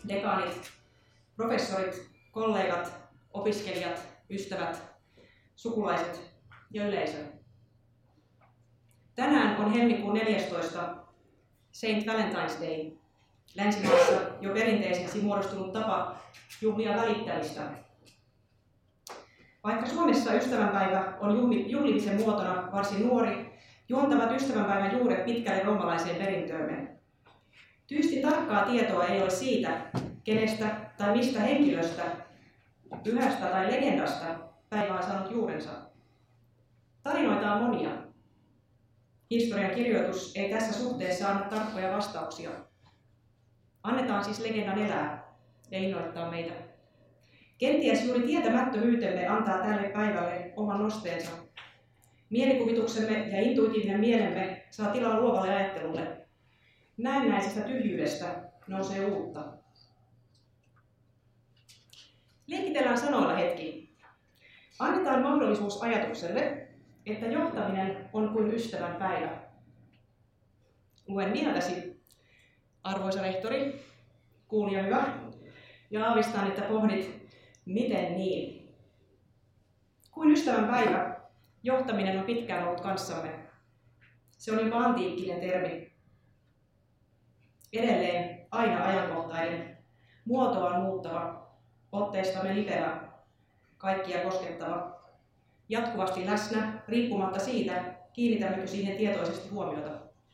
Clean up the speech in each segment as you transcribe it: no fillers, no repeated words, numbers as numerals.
dekaanit, professorit, kollegat, opiskelijat, ystävät, sukulaiset ja yleisö. Tänään on helmikuun 14. St. Valentine's Day, länsimaissa jo perinteiseksi muodostunut tapa juhlia välittämistä. Vaikka Suomessa ystävänpäivä on juhlimisen muotona varsin nuori, juontavat ystävänpäivän juuret pitkälle roomalaiseen perintöömme. Tyystin tarkkaa tietoa ei ole siitä, kenestä tai mistä henkilöstä, pyhästä tai legendasta päivä on saanut juurensa. Tarinoita on monia. Historian kirjoitus ei tässä suhteessa anna tarkkoja vastauksia. Annetaan siis legendan elää ja innoittaa meitä. Kenties juuri tietämättömyytemme antaa tälle päivälle oman nosteensa. Mielikuvituksemme ja intuitiivinen mielemme saa tilaa luovalle ajattelulle. Näennäisestä tyhjyydestä nousee uutta. Leikitellään sanoilla hetki. Annetaan mahdollisuus ajatukselle, että johtaminen on kuin ystävän päivä. Luen mieltäsi, arvoisa rehtori, kuulija hyvä, ja aavistan, että pohdit, miten niin. Kuin ystävän päivä, johtaminen on pitkään ollut kanssamme. Se on jopa antiikkinen termi. Edelleen aina ajankohtainen, muotoaan muuttava, otteestamme lipevä, kaikkia koskettava, jatkuvasti läsnä, riippumatta siitä, kiinnitämmekö siihen tietoisesti huomiota.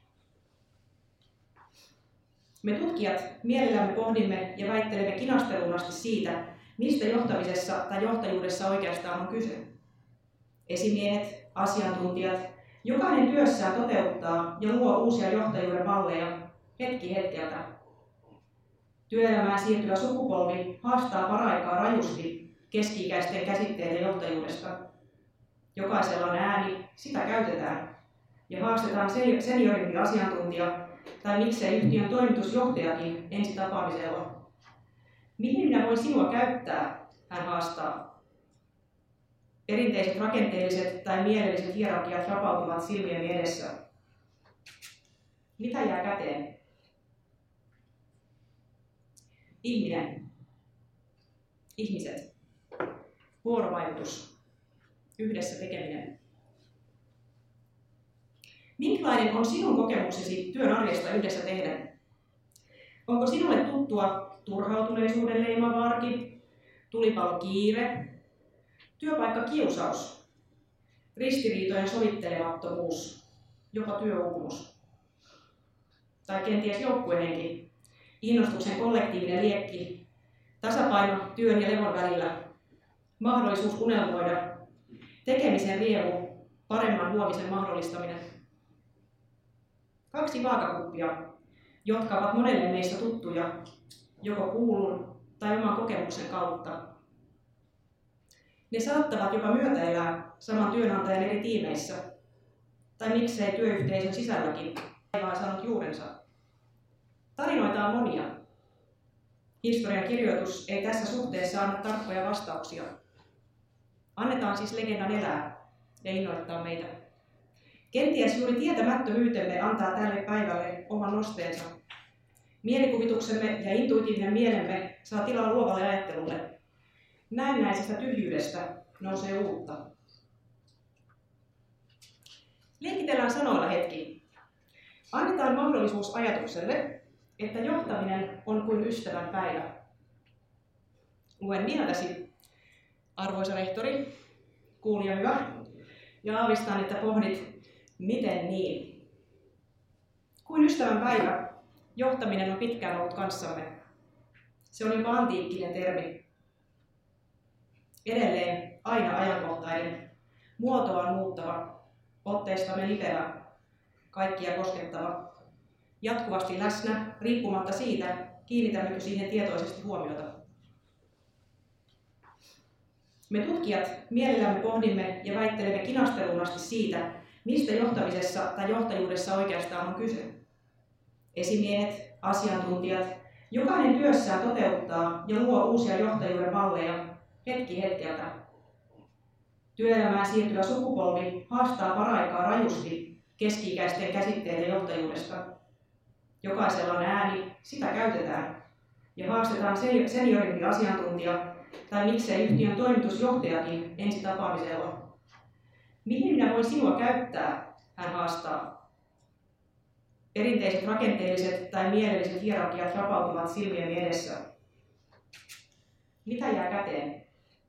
Me tutkijat mielellämme pohdimme ja väittelemme kinasteluun asti siitä, mistä johtamisessa tai johtajuudessa oikeastaan on kyse. Esimiehet, asiantuntijat, jokainen työssään toteuttaa ja luo uusia johtajuuden malleja hetki hetkeltä. Työelämään siirtyvä sukupolvi haastaa paraikaa rajusti keski-ikäisten käsitteiden johtajuudesta. Jokaisella on ääni, sitä käytetään. Ja haastetaan seniorimpi asiantuntija tai miksei yhtiön toimitusjohtajakin ensi tapaamisella. Mihin minä voin sinua käyttää, hän haastaa. Perinteiset rakenteelliset tai mielelliset hierarkiat rapautuvat silmiemme edessä. Mitä jää käteen? Ihminen. Ihmiset. Vuorovaikutus. Yhdessä tekeminen. Minkälainen on sinun kokemuksesi työn arjesta yhdessä tehden? Onko sinulle tuttua turhautuneisuuden leimaava arki, tulipalokiire, työpaikkakiusaus, ristiriitojen sovittelemattomuus, jopa työuupumus? Tai kenties joukkuehenki, innostuksen kollektiivinen liekki, tasapaino työn ja levon välillä, mahdollisuus unelmoida, tekemisen riemu, paremman huomisen mahdollistaminen. Kaksi vaakakuppia, jotka ovat monelle meistä tuttuja, joko kuulun tai oman kokemuksen kautta. Ne saattavat jopa myötäelää saman työnantajan eri tiimeissä, tai miksei työyhteisön sisälläkin päivä on saanut juurensa. Tarinoita on monia. Historian kirjoitus ei tässä suhteessa anna tarkkoja vastauksia. Annetaan siis legendan elää ja innoittaa meitä. Kenties juuri tietämättömyytemme antaa tälle päivälle oman nosteensa. Mielikuvituksemme ja intuitiivinen mielemme saa tilaa luovalle ajattelulle. Näennäisestä tyhjyydestä nousee uutta. Leikitellään sanoilla hetki. Annetaan mahdollisuus ajatukselle, että johtaminen on kuin ystävän päivä. Luen mieltäsi, arvoisa rehtori, kuulija hyvä, ja aavistan, että pohdit, miten niin. Kuin ystävän päivä, johtaminen on pitkään ollut kanssamme. Se on jopa antiikkinen termi. Edelleen aina ajankohtainen, muotoaan muuttava, otteestamme lipevä, kaikkia koskettava, jatkuvasti läsnä, riippumatta siitä, kiinnitämmekö siihen tietoisesti huomiota. Me tutkijat mielellämme pohdimme ja väittelemme kinasteluun asti siitä, mistä johtamisessa tai johtajuudessa oikeastaan on kyse. Esimiehet, asiantuntijat, jokainen työssään toteuttaa ja luo uusia johtajuuden malleja hetki hetkeltä. Työelämään siirtyvä sukupolvi haastaa paraikaa rajusti keski-ikäisten käsitteiden johtajuudesta. Jokaisella on ääni, sitä käytetään. ja haastetaan seniorimpi asiantuntija tai miksei yhtiön toimitusjohtajakin ensi tapaamisella. Mihin minä voin sinua käyttää, hän haastaa. Perinteiset rakenteelliset tai mielelliset hierarkiat rapautuvat silmiemme edessä. Mitä jää käteen?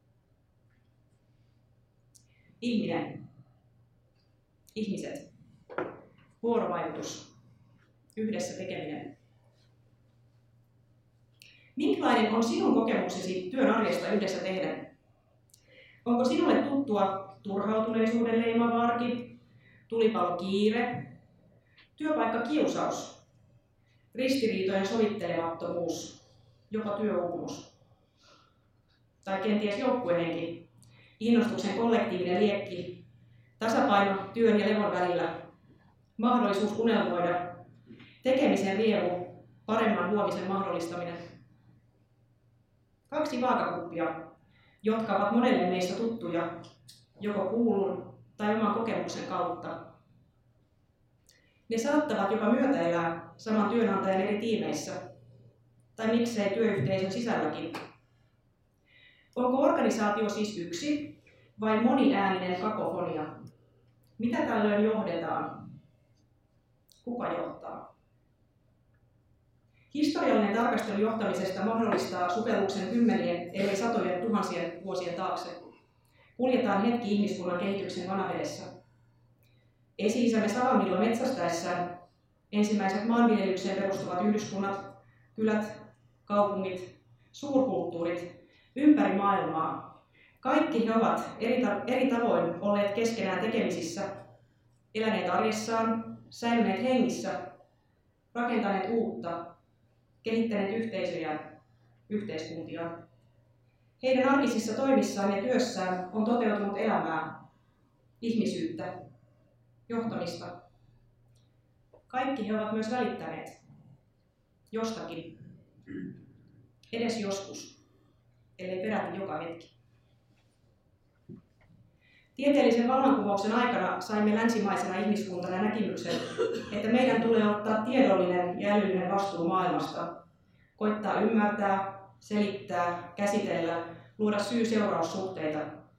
Ihminen. Ihmiset. Vuorovaikutus. Yhdessä tekeminen. Minkälainen on sinun kokemuksesi työn arjesta yhdessä tehden? Onko sinulle tuttua turhautuneisuuden leimaava arki, tulipalokiire, työpaikkakiusaus, ristiriitojen sovittelemattomuus, jopa työuupumus? Tai kenties joukkuehenki, innostuksen kollektiivinen liekki, tasapaino työn ja levon välillä, mahdollisuus unelmoida, tekemisen riemu, paremman huomisen mahdollistaminen. 2 vaakakuppia, jotka ovat monelle meistä tuttuja, joko kuulun tai oman kokemuksen kautta. Ne saattavat jopa myötäelää saman työnantajan eri tiimeissä, tai miksei työyhteisön sisälläkin. Onko organisaatio siis yksi vai moniääninen kakofonia? Mitä tällöin johdetaan? Kuka johtaa? Historiallinen tarkastelu johtamisesta mahdollistaa sukelluksen kymmenien, ellei satojen tuhansien vuosien taakse. Kuljetaan hetki ihmiskunnan kehityksen vanavedessä. Esi-isämme Salamilla metsästäessään ensimmäiset maanviljelykseen perustuvat yhdyskunnat, kylät, kaupungit, suurkulttuurit ympäri maailmaa. Kaikki he ovat eri tavoin olleet keskenään tekemisissä, eläneet arjessaan, säilyneet hengissä, rakentaneet uutta, kehittäneet yhteisöjä, yhteiskuntia. Heidän arkisissa toimissaan ja työssään on toteutunut elämää, ihmisyyttä, johtamista. Kaikki he ovat myös välittäneet jostakin, edes joskus, ellei peräti joka hetki. Tieteellisen vallankumouksen aikana saimme länsimaisena ihmiskuntana näkemyksen, että meidän tulee ottaa tiedollinen ja älyllinen vastuu maailmasta, koittaa ymmärtää, selittää, käsitellä, luoda syy-seuraussuhteita.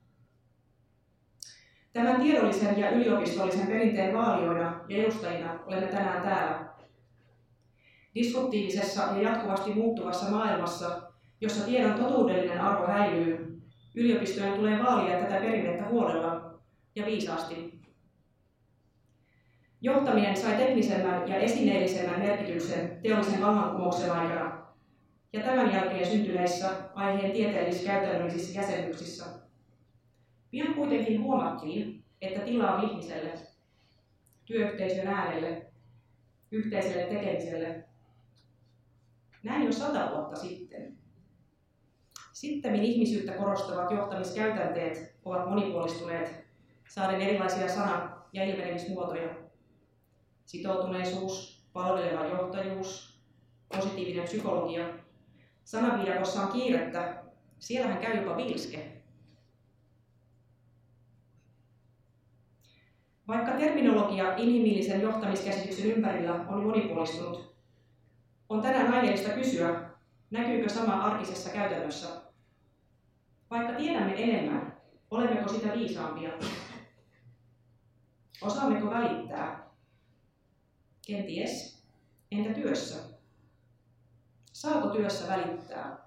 Tämän tiedollisen ja yliopistollisen perinteen vaalijoina ja edustajina olemme tänään täällä. Disruptiivisessa ja jatkuvasti muuttuvassa maailmassa, jossa tiedon totuudellinen arvo häilyy, yliopistojen tulee vaalia tätä perinnettä huolella ja viisaasti. Johtaminen sai teknisemmän ja esineellisemmän merkityksen teollisen vallankumouksen aikana ja tämän jälkeen syntyneissä aiheen tieteellis-käytännöllisissä jäsenyyksissä. Pian kuitenkin huomattiin, että tilaa on ihmiselle, työyhteisön äänelle, yhteiselle tekemiselle. Näin jo 100 vuotta sitten. Sittemmin ihmisyyttä korostavat johtamiskäytänteet ovat monipuolistuneet, saaden erilaisia sana- ja ilmenemismuotoja. Sitoutuneisuus, palveleva johtajuus, positiivinen psykologia. Sanaviidakossa on kiirettä, siellähän käy jopa viilske. Vaikka terminologia inhimillisen johtamiskäsityksen ympärillä on monipuolistunut, on tänään aiheellista kysyä, näkyykö sama arkisessa käytännössä. Vaikka tiedämme enemmän, olemmeko sitä viisaampia? Osaammeko välittää? Kenties. Entä työssä? Saako työssä välittää?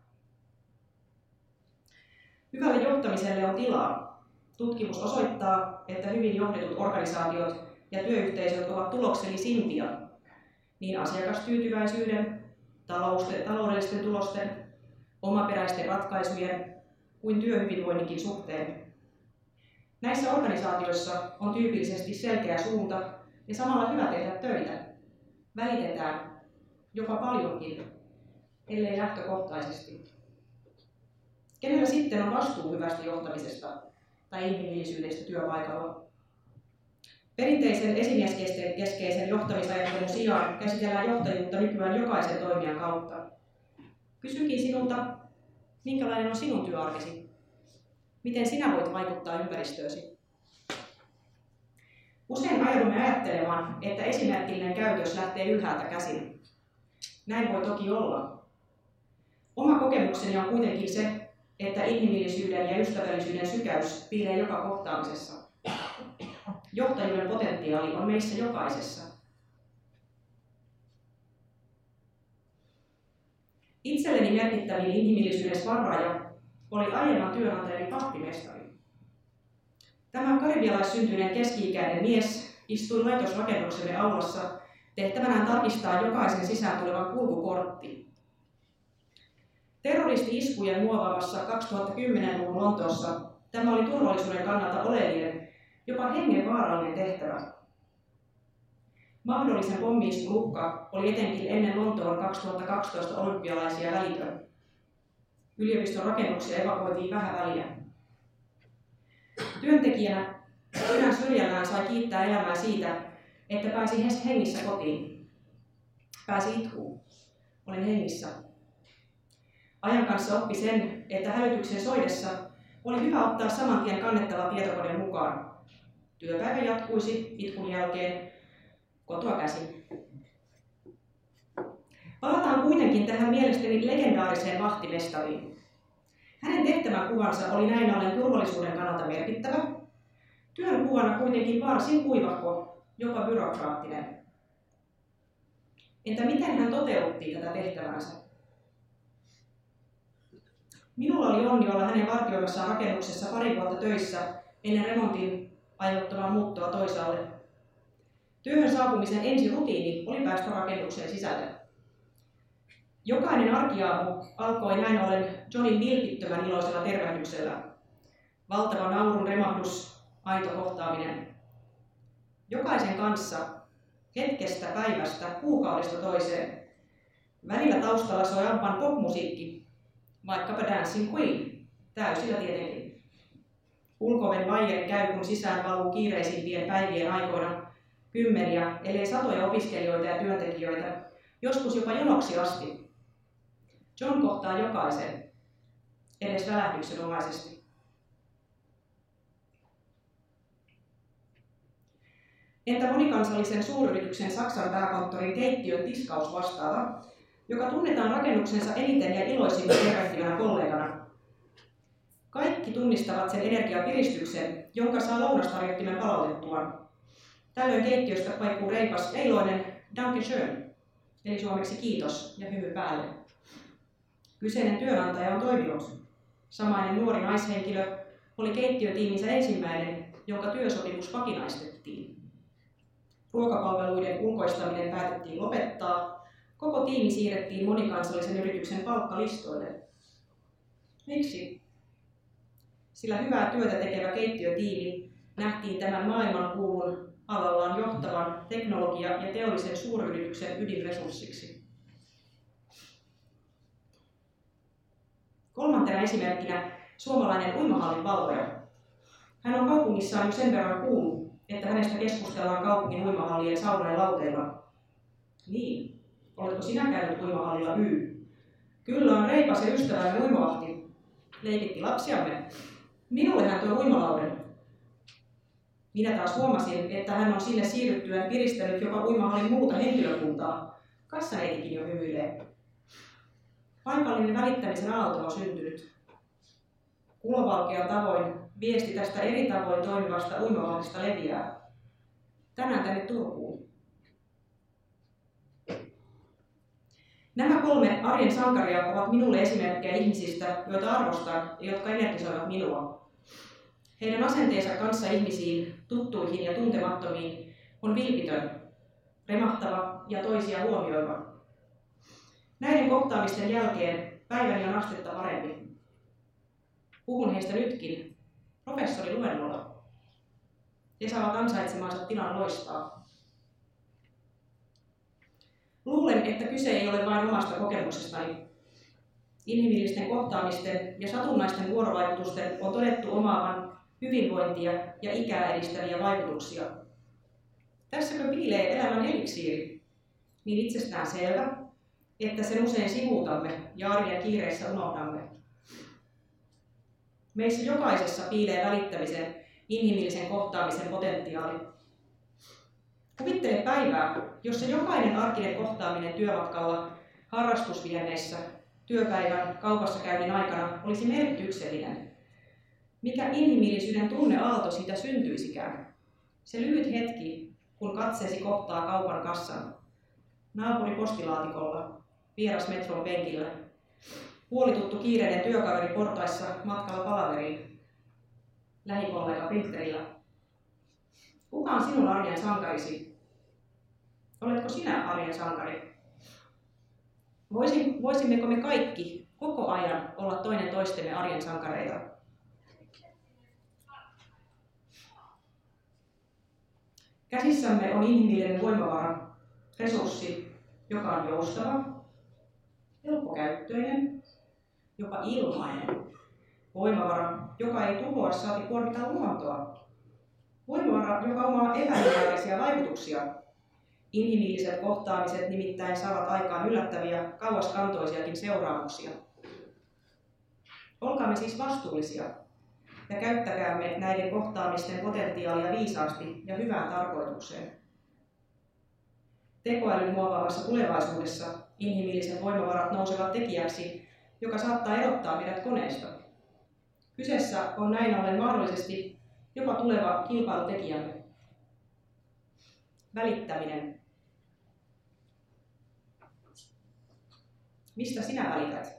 Hyvälle johtamiselle on tilaa. Tutkimus osoittaa, että hyvin johdetut organisaatiot ja työyhteisöt ovat tuloksellisimpia niin asiakastyytyväisyyden, taloudellisten tulosten, omaperäisten ratkaisujen kuin työhyvinvoinninkin suhteen. Näissä organisaatioissa on tyypillisesti selkeä suunta ja samalla hyvä tehdä töitä. Välitetään jopa paljonkin, ellei lähtökohtaisesti. Kenellä sitten on vastuu hyvästä johtamisesta tai inhimillisyydestä työpaikalla? Perinteisen esimieskeskeisen johtamisajattelun sijaan käsitellään johtajuutta nykyään jokaisen toimijan kautta. Kysynkin sinulta, minkälainen on sinun työarkesi? Miten sinä voit vaikuttaa ympäristöösi? Usein ajaudumme ajattelemaan, että esimerkillinen käytös lähtee ylhäältä käsin. Näin voi toki olla. Oma kokemukseni on kuitenkin se, että inhimillisyyden ja ystävällisyyden sykäys piilee joka kohtaamisessa. Johtajuuden potentiaali on meissä jokaisessa. Itselleni merkittävin inhimillisyyden sparraaja oli aiemman työnantajani vahtimestari. Tämä karibialaissyntyinen keski-ikäinen mies istui laitosrakennuksemme aulassa tehtävänään tarkistaa jokaisen sisään tulevan kulkukortti. Terroristi-iskujen muovaamassa 2010-luvun Lontoossa tämä oli turvallisuuden kannalta oleellinen, jopa hengenvaarallinen tehtävä. Mahdollisen pommi-iskun uhka oli etenkin ennen Lontoon 2012 olympialaisia välitön. Yliopiston rakennuksia evakuoitiin vähän väliä. Työntekijänä sydän syrjällään sai kiittää elämää siitä, että pääsi hengissä kotiin. Pääsi itkuun. Olin hengissä. Ajan kanssa oppi sen, että hälytyksen soidessa oli hyvä ottaa saman tien kannettava tietokone mukaan. Työpäivä jatkuisi itkun jälkeen kotoa käsin. Palataan kuitenkin tähän mielestäni legendaariseen vahtimestariin. Hänen tehtävänkuvansa oli näin ollen turvallisuuden kannalta merkittävä, työnkuvana kuitenkin varsin kuivahko, jopa byrokraattinen. Entä miten hän toteutti tätä tehtävänsä? Minulla oli onni olla hänen vartioimassaan rakennuksessa pari vuotta töissä ennen remontin aiheuttamaa muuttoa toisaalle. Työhön saapumisen ensirutiini oli päästä rakennukseen sisälle. Jokainen arkiaamu alkoi näin ollen Johnin vilpittömän iloisella tervehdyksellä. Valtava naurun remahdus, aito kohtaaminen. Jokaisen kanssa, hetkestä, päivästä, kuukaudesta toiseen. Välillä taustalla soi ampan popmusiikki, vaikkapa Dancing Queen, täysillä tietenkin. Ulko-oven vaijeri käy, kun sisään valuu kiireisimpien päivien aikoina kymmeniä, ellei satoja opiskelijoita ja työntekijöitä, joskus jopa jonoksi asti. John kohtaa jokaisen, edes välähdyksenomaisesti. Entä monikansallisen suuryrityksen Saksan pääkonttorin keittiön tiskausvastaava, joka tunnetaan rakennuksensa eniten ja iloisimmin tervehtivänä kollegana? Kaikki tunnistavat sen energiapiristyksen, jonka saa lounastarjottimen palautettuaan. Tällöin keittiöstä kaikuu reipas ja iloinen Danke schön, eli suomeksi kiitos ja hymy päälle. Kyseinen työnantaja on toiminut. Samainen nuori naishenkilö oli keittiötiiminsä ensimmäinen, jonka työsopimus vakinaistettiin. Ruokapalveluiden ulkoistaminen päätettiin lopettaa. Koko tiimi siirrettiin monikansallisen yrityksen palkkalistoille. Miksi? Sillä hyvää työtä tekevä keittiötiimi nähtiin tämän maailmankuulun alallaan johtavan teknologia- ja teollisen suuryrityksen ydinresurssiksi. Kolmantena esimerkkinä suomalainen uimahallin valvoja. Hän on kaupungissaan jo sen verran kuullut, että hänestä keskustellaan kaupungin uimahallien saunojen lauteilla. Niin, oletko sinä käynyt uimahallilla Y? Kyllä on reipas ja ystävällinen uimavahti. Leikitti lapsiamme. Minulle hän toi uimalauden. Minä taas huomasin, että hän on sinne siirryttyään piristänyt jopa uimahallin muuta henkilökuntaa. Kassaneitikin jo hymyilee. Paikallinen välittämisen aalto on syntynyt. Kulovalkean tavoin viesti tästä eri tavoin toimivasta uimavallista leviää. Tänään tänne Turkuun. Nämä kolme arjen sankaria ovat minulle esimerkkejä ihmisistä, joita arvostan ja jotka energisoivat minua. Heidän asenteensa kanssa ihmisiin, tuttuihin ja tuntemattomiin on vilpitön, remahtava ja toisia huomioiva. Näiden kohtaamisten jälkeen päiväni on astetta parempi. Puhun heistä nytkin, professori luennolla. He saavat ansaitsemansa tilan loistaa. Luulen, että kyse ei ole vain omasta kokemuksestani. Inhimillisten kohtaamisten ja satunnaisten vuorovaikutusten on todettu omaavan hyvinvointia ja ikää edistäviä vaikutuksia. Tässäkö piilee elämän eliksiiri? Niin itsestään selvä, että sen usein sivuutamme ja arjen kiireissä unohdamme. Meissä jokaisessa piilee välittämisen, inhimillisen kohtaamisen potentiaali. Kuvittele päivää, jossa jokainen arkinen kohtaaminen työmatkalla, harrastusvienneissä, työpäivän kaupassa käynnin aikana olisi merkityksellinen. Mikä inhimillisyyden tunneaalto siitä syntyisikään? Se lyhyt hetki, kun katseesi kohtaa kaupan kassan, naapuri postilaatikolla, vieras metron penkillä, puolituttu kiireinen työkaveri portaissa matkalla palaveriin, lähikollega printerillä. Kuka on sinun arjen sankarisi? Oletko sinä arjen sankari? Voisimmeko me kaikki koko ajan olla toinen toistemme arjen sankareita? Käsissämme on inhimillinen voimavara, resurssi, joka on joustava, helppokäyttöinen, jopa ilmainen. Voimavara, joka ei tuhoa saati kuormita luontoa. Voimavara, joka omaa epämääräisiä vaikutuksia. Inhimilliset kohtaamiset nimittäin saavat aikaan yllättäviä, kauaskantoisiakin seuraamuksia. Olkaamme siis vastuullisia ja käyttäkäämme näiden kohtaamisten potentiaalia viisaasti ja hyvään tarkoitukseen. Tekoälyn muovaamassa tulevaisuudessa inhimilliset voimavarat nousevat tekijäksi, joka saattaa erottaa meidät koneesta. Kyseessä on näin ollen mahdollisesti jopa tuleva kilpailutekijämme. Välittäminen. Mistä sinä välität?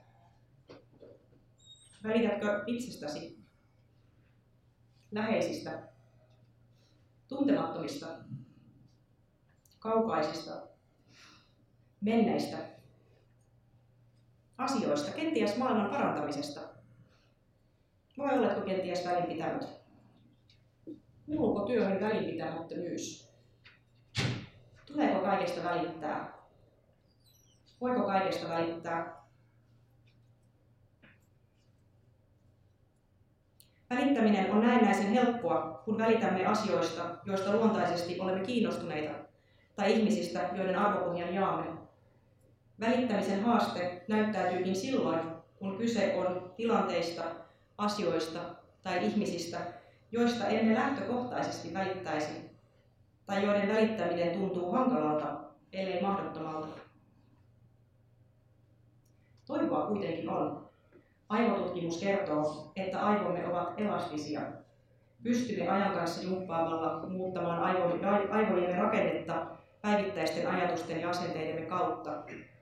Välitätkö itsestäsi? Läheisistä? Tuntemattomista? Kaukaisista? Menneistä? Asioista? Kenties maailman parantamisesta? Vai oletko kenties välinpitämätön? Kuuluuko työhön välinpitämättömyys? Tuleeko kaikesta välittää? Voiko kaikesta välittää? Välittäminen on näennäisen helppoa, kun välitämme asioista, joista luontaisesti olemme kiinnostuneita, tai ihmisistä, joiden arvopohjan jaamme. Välittämisen haaste näyttäytyykin silloin, kun kyse on tilanteista, asioista tai ihmisistä, joista emme lähtökohtaisesti välittäisi, tai joiden välittäminen tuntuu hankalalta, ellei mahdottomalta. Toivoa kuitenkin on. Aivotutkimus kertoo, että aivomme ovat elastisia. Pystymme ajan kanssa jumppaamalla muuttamaan aivojemme rakennetta päivittäisten ajatusten ja asenteidemme kautta.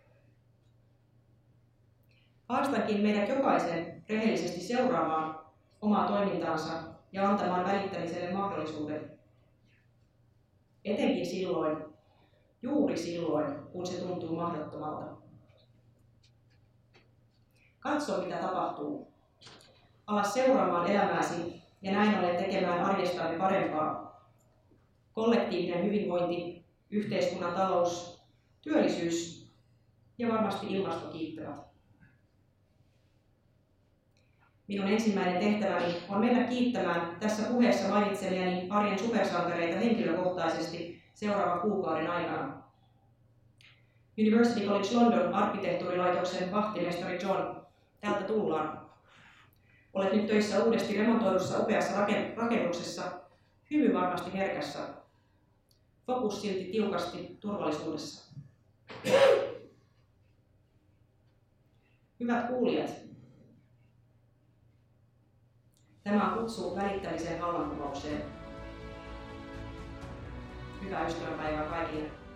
Haastankin meidät jokaisen rehellisesti seuraamaan omaa toimintaansa ja antamaan välittämiselle mahdollisuuden. Etenkin silloin, juuri silloin, kun se tuntuu mahdottomalta. Katso, mitä tapahtuu. Ala seuraamaan elämääsi ja näin ollen tekemään arjestamme parempaa. Kollektiivinen hyvinvointi, yhteiskunnan talous, työllisyys ja varmasti ilmasto kiittävät. Minun ensimmäinen tehtäväni on mennä kiittämään tässä puheessa mainitsemiani arjen supersankareita henkilökohtaisesti seuraavan kuukauden aikana. University College London arkkitehtuurilaitoksen vahtimestari John, täältä tullaan. Olet nyt töissä uudesti remontoidussa upeassa rakennuksessa, hyvin varmasti herkässä. Fokus silti tiukasti turvallisuudessa. Hyvät kuulijat, tämä on kutsu välittämisen vallankumoukseen. Hyvää ystävänpäivää kaikille.